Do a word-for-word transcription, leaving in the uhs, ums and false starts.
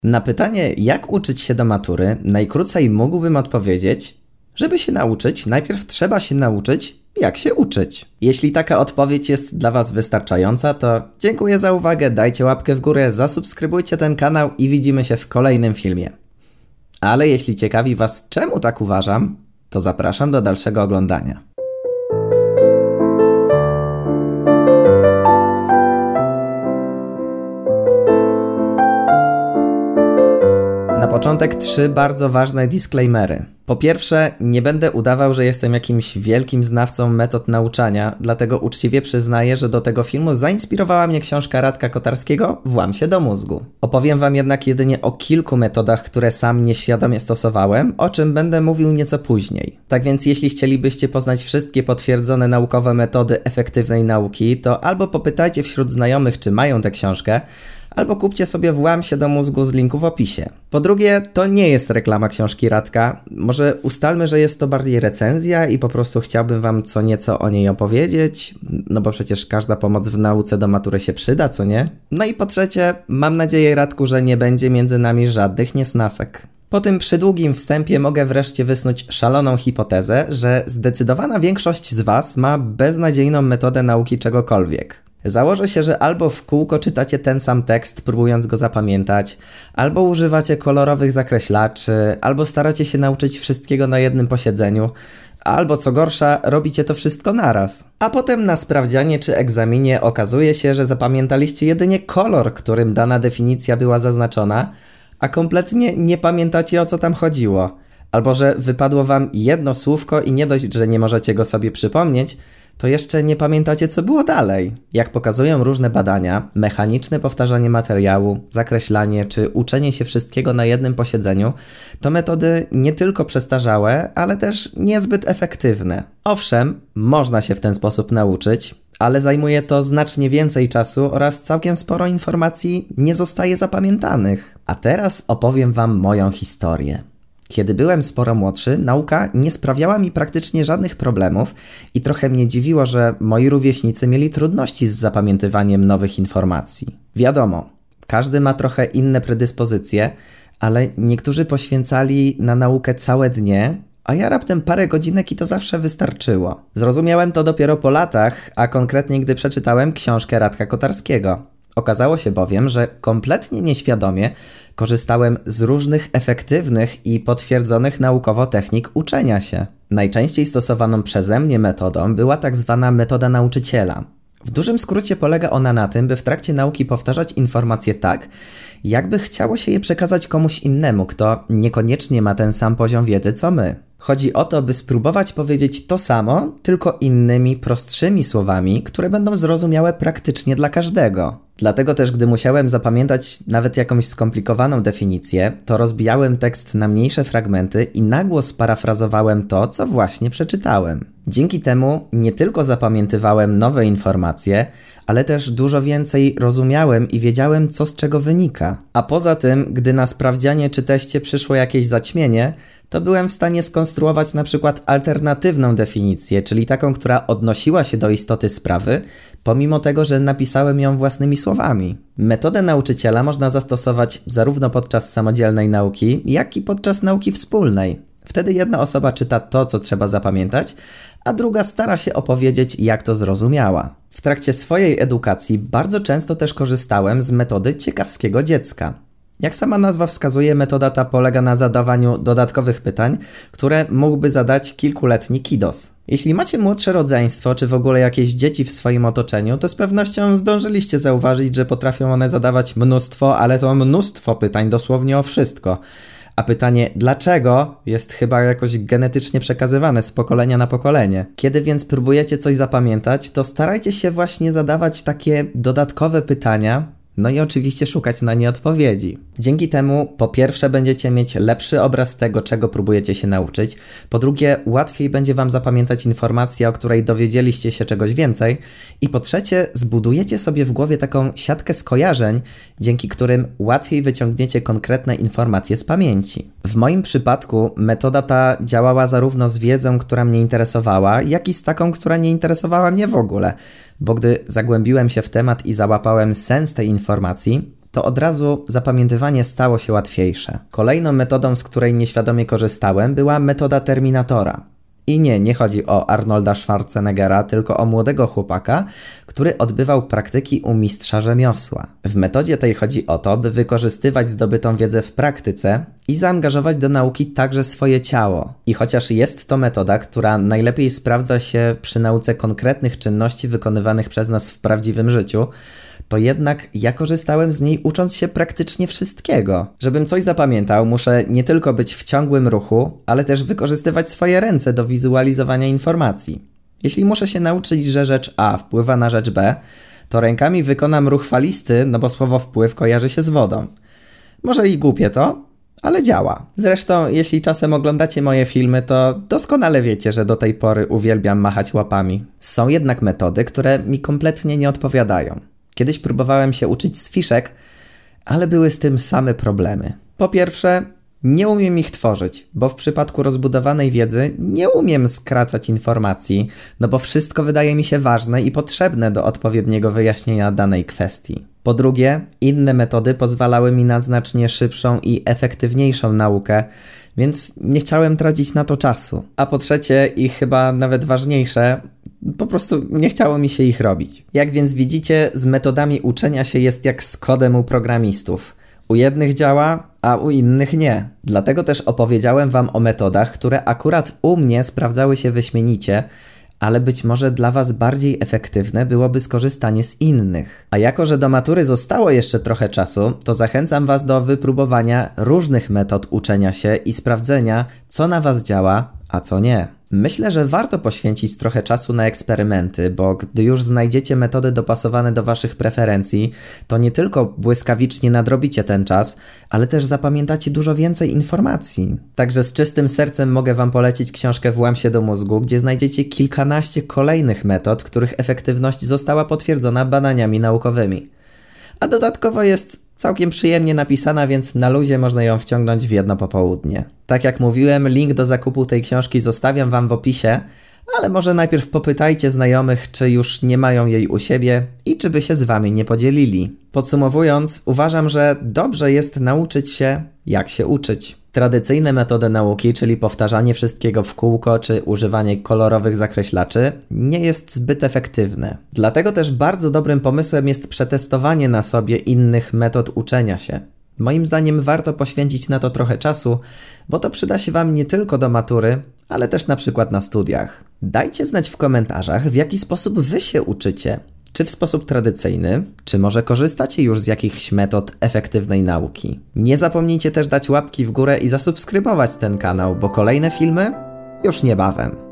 Na pytanie, jak uczyć się do matury, najkrócej mógłbym odpowiedzieć: żeby się nauczyć, najpierw trzeba się nauczyć, jak się uczyć. Jeśli taka odpowiedź jest dla Was wystarczająca, to dziękuję za uwagę, dajcie łapkę w górę, zasubskrybujcie ten kanał i widzimy się w kolejnym filmie. Ale jeśli ciekawi Was, czemu tak uważam, to zapraszam do dalszego oglądania. Na początek trzy bardzo ważne disclaimery. Po pierwsze, nie będę udawał, że jestem jakimś wielkim znawcą metod nauczania, dlatego uczciwie przyznaję, że do tego filmu zainspirowała mnie książka Radka Kotarskiego Włam się do mózgu. Opowiem Wam jednak jedynie o kilku metodach, które sam nieświadomie stosowałem, o czym będę mówił nieco później. Tak więc jeśli chcielibyście poznać wszystkie potwierdzone naukowe metody efektywnej nauki, to albo popytajcie wśród znajomych, czy mają tę książkę, albo kupcie sobie Włam się do mózgu z linku w opisie. Po drugie, to nie jest reklama książki Radka. Może ustalmy, że jest to bardziej recenzja i po prostu chciałbym Wam co nieco o niej opowiedzieć, no bo przecież każda pomoc w nauce do matury się przyda, co nie? No i po trzecie, mam nadzieję, Radku, że nie będzie między nami żadnych niesnasek. Po tym przydługim wstępie mogę wreszcie wysnuć szaloną hipotezę, że zdecydowana większość z Was ma beznadziejną metodę nauki czegokolwiek. Założę się, że albo w kółko czytacie ten sam tekst, próbując go zapamiętać, albo używacie kolorowych zakreślaczy, albo staracie się nauczyć wszystkiego na jednym posiedzeniu, albo co gorsza, robicie to wszystko naraz. A potem na sprawdzianie czy egzaminie okazuje się, że zapamiętaliście jedynie kolor, którym dana definicja była zaznaczona, a kompletnie nie pamiętacie, o co tam chodziło. Albo że wypadło Wam jedno słówko i nie dość, że nie możecie go sobie przypomnieć, to jeszcze nie pamiętacie, co było dalej. Jak pokazują różne badania, mechaniczne powtarzanie materiału, zakreślanie czy uczenie się wszystkiego na jednym posiedzeniu to metody nie tylko przestarzałe, ale też niezbyt efektywne. Owszem, można się w ten sposób nauczyć, ale zajmuje to znacznie więcej czasu oraz całkiem sporo informacji nie zostaje zapamiętanych. A teraz opowiem Wam moją historię. Kiedy byłem sporo młodszy, nauka nie sprawiała mi praktycznie żadnych problemów i trochę mnie dziwiło, że moi rówieśnicy mieli trudności z zapamiętywaniem nowych informacji. Wiadomo, każdy ma trochę inne predyspozycje, ale niektórzy poświęcali na naukę całe dnie, a ja raptem parę godzinek i to zawsze wystarczyło. Zrozumiałem to dopiero po latach, a konkretnie gdy przeczytałem książkę Radka Kotarskiego. Okazało się bowiem, że kompletnie nieświadomie korzystałem z różnych efektywnych i potwierdzonych naukowo technik uczenia się. Najczęściej stosowaną przeze mnie metodą była tak zwana metoda nauczyciela. W dużym skrócie polega ona na tym, by w trakcie nauki powtarzać informacje tak, jakby chciało się je przekazać komuś innemu, kto niekoniecznie ma ten sam poziom wiedzy co my. Chodzi o to, by spróbować powiedzieć to samo, tylko innymi, prostszymi słowami, które będą zrozumiałe praktycznie dla każdego. Dlatego też, gdy musiałem zapamiętać nawet jakąś skomplikowaną definicję, to rozbijałem tekst na mniejsze fragmenty i na głos parafrazowałem to, co właśnie przeczytałem. Dzięki temu nie tylko zapamiętywałem nowe informacje, ale też dużo więcej rozumiałem i wiedziałem, co z czego wynika. A poza tym, gdy na sprawdzianie czy teście przyszło jakieś zaćmienie, to byłem w stanie skonstruować na przykład alternatywną definicję, czyli taką, która odnosiła się do istoty sprawy, pomimo tego, że napisałem ją własnymi słowami. Metodę nauczyciela można zastosować zarówno podczas samodzielnej nauki, jak i podczas nauki wspólnej. Wtedy jedna osoba czyta to, co trzeba zapamiętać, a druga stara się opowiedzieć, jak to zrozumiała. W trakcie swojej edukacji bardzo często też korzystałem z metody ciekawskiego dziecka. Jak sama nazwa wskazuje, metoda ta polega na zadawaniu dodatkowych pytań, które mógłby zadać kilkuletni kidos. Jeśli macie młodsze rodzeństwo, czy w ogóle jakieś dzieci w swoim otoczeniu, to z pewnością zdążyliście zauważyć, że potrafią one zadawać mnóstwo, ale to mnóstwo pytań dosłownie o wszystko. A pytanie dlaczego jest chyba jakoś genetycznie przekazywane z pokolenia na pokolenie. Kiedy więc próbujecie coś zapamiętać, to starajcie się właśnie zadawać takie dodatkowe pytania, no i oczywiście szukać na nie odpowiedzi. Dzięki temu po pierwsze będziecie mieć lepszy obraz tego, czego próbujecie się nauczyć, po drugie łatwiej będzie Wam zapamiętać informację, o której dowiedzieliście się czegoś więcej i po trzecie zbudujecie sobie w głowie taką siatkę skojarzeń, dzięki którym łatwiej wyciągniecie konkretne informacje z pamięci. W moim przypadku metoda ta działała zarówno z wiedzą, która mnie interesowała, jak i z taką, która nie interesowała mnie w ogóle, bo gdy zagłębiłem się w temat i załapałem sens tej informacji, to od razu zapamiętywanie stało się łatwiejsze. Kolejną metodą, z której nieświadomie korzystałem, była metoda Terminatora. I nie, nie chodzi o Arnolda Schwarzeneggera, tylko o młodego chłopaka, który odbywał praktyki u mistrza rzemiosła. W metodzie tej chodzi o to, by wykorzystywać zdobytą wiedzę w praktyce i zaangażować do nauki także swoje ciało. I chociaż jest to metoda, która najlepiej sprawdza się przy nauce konkretnych czynności wykonywanych przez nas w prawdziwym życiu, to jednak ja korzystałem z niej ucząc się praktycznie wszystkiego. Żebym coś zapamiętał, muszę nie tylko być w ciągłym ruchu, ale też wykorzystywać swoje ręce do wizualizowania informacji. Jeśli muszę się nauczyć, że rzecz A wpływa na rzecz B, to rękami wykonam ruch falisty, no bo słowo wpływ kojarzy się z wodą. Może i głupie to, ale działa. Zresztą, jeśli czasem oglądacie moje filmy, to doskonale wiecie, że do tej pory uwielbiam machać łapami. Są jednak metody, które mi kompletnie nie odpowiadają. Kiedyś próbowałem się uczyć z fiszek, ale były z tym same problemy. Po pierwsze, nie umiem ich tworzyć, bo w przypadku rozbudowanej wiedzy nie umiem skracać informacji, no bo wszystko wydaje mi się ważne i potrzebne do odpowiedniego wyjaśnienia danej kwestii. Po drugie, inne metody pozwalały mi na znacznie szybszą i efektywniejszą naukę, więc nie chciałem tracić na to czasu. A po trzecie, i chyba nawet ważniejsze, po prostu nie chciało mi się ich robić. Jak więc widzicie, z metodami uczenia się jest jak z kodem u programistów. U jednych działa, a u innych nie. Dlatego też opowiedziałem wam o metodach, które akurat u mnie sprawdzały się wyśmienicie, ale być może dla was bardziej efektywne byłoby skorzystanie z innych. A jako, że do matury zostało jeszcze trochę czasu, to zachęcam was do wypróbowania różnych metod uczenia się i sprawdzenia, co na was działa, a co nie. Myślę, że warto poświęcić trochę czasu na eksperymenty, bo gdy już znajdziecie metody dopasowane do waszych preferencji, to nie tylko błyskawicznie nadrobicie ten czas, ale też zapamiętacie dużo więcej informacji. Także z czystym sercem mogę wam polecić książkę Włam się do mózgu, gdzie znajdziecie kilkanaście kolejnych metod, których efektywność została potwierdzona badaniami naukowymi. A dodatkowo jest całkiem przyjemnie napisana, więc na luzie można ją wciągnąć w jedno popołudnie. Tak jak mówiłem, link do zakupu tej książki zostawiam wam w opisie, ale może najpierw popytajcie znajomych, czy już nie mają jej u siebie i czy by się z wami nie podzielili. Podsumowując, uważam, że dobrze jest nauczyć się, jak się uczyć. Tradycyjne metody nauki, czyli powtarzanie wszystkiego w kółko czy używanie kolorowych zakreślaczy, nie jest zbyt efektywne. Dlatego też bardzo dobrym pomysłem jest przetestowanie na sobie innych metod uczenia się. Moim zdaniem warto poświęcić na to trochę czasu, bo to przyda się wam nie tylko do matury, ale też na przykład na studiach. Dajcie znać w komentarzach, w jaki sposób wy się uczycie. Czy w sposób tradycyjny, czy może korzystacie już z jakichś metod efektywnej nauki. Nie zapomnijcie też dać łapki w górę i zasubskrybować ten kanał, bo kolejne filmy już niebawem.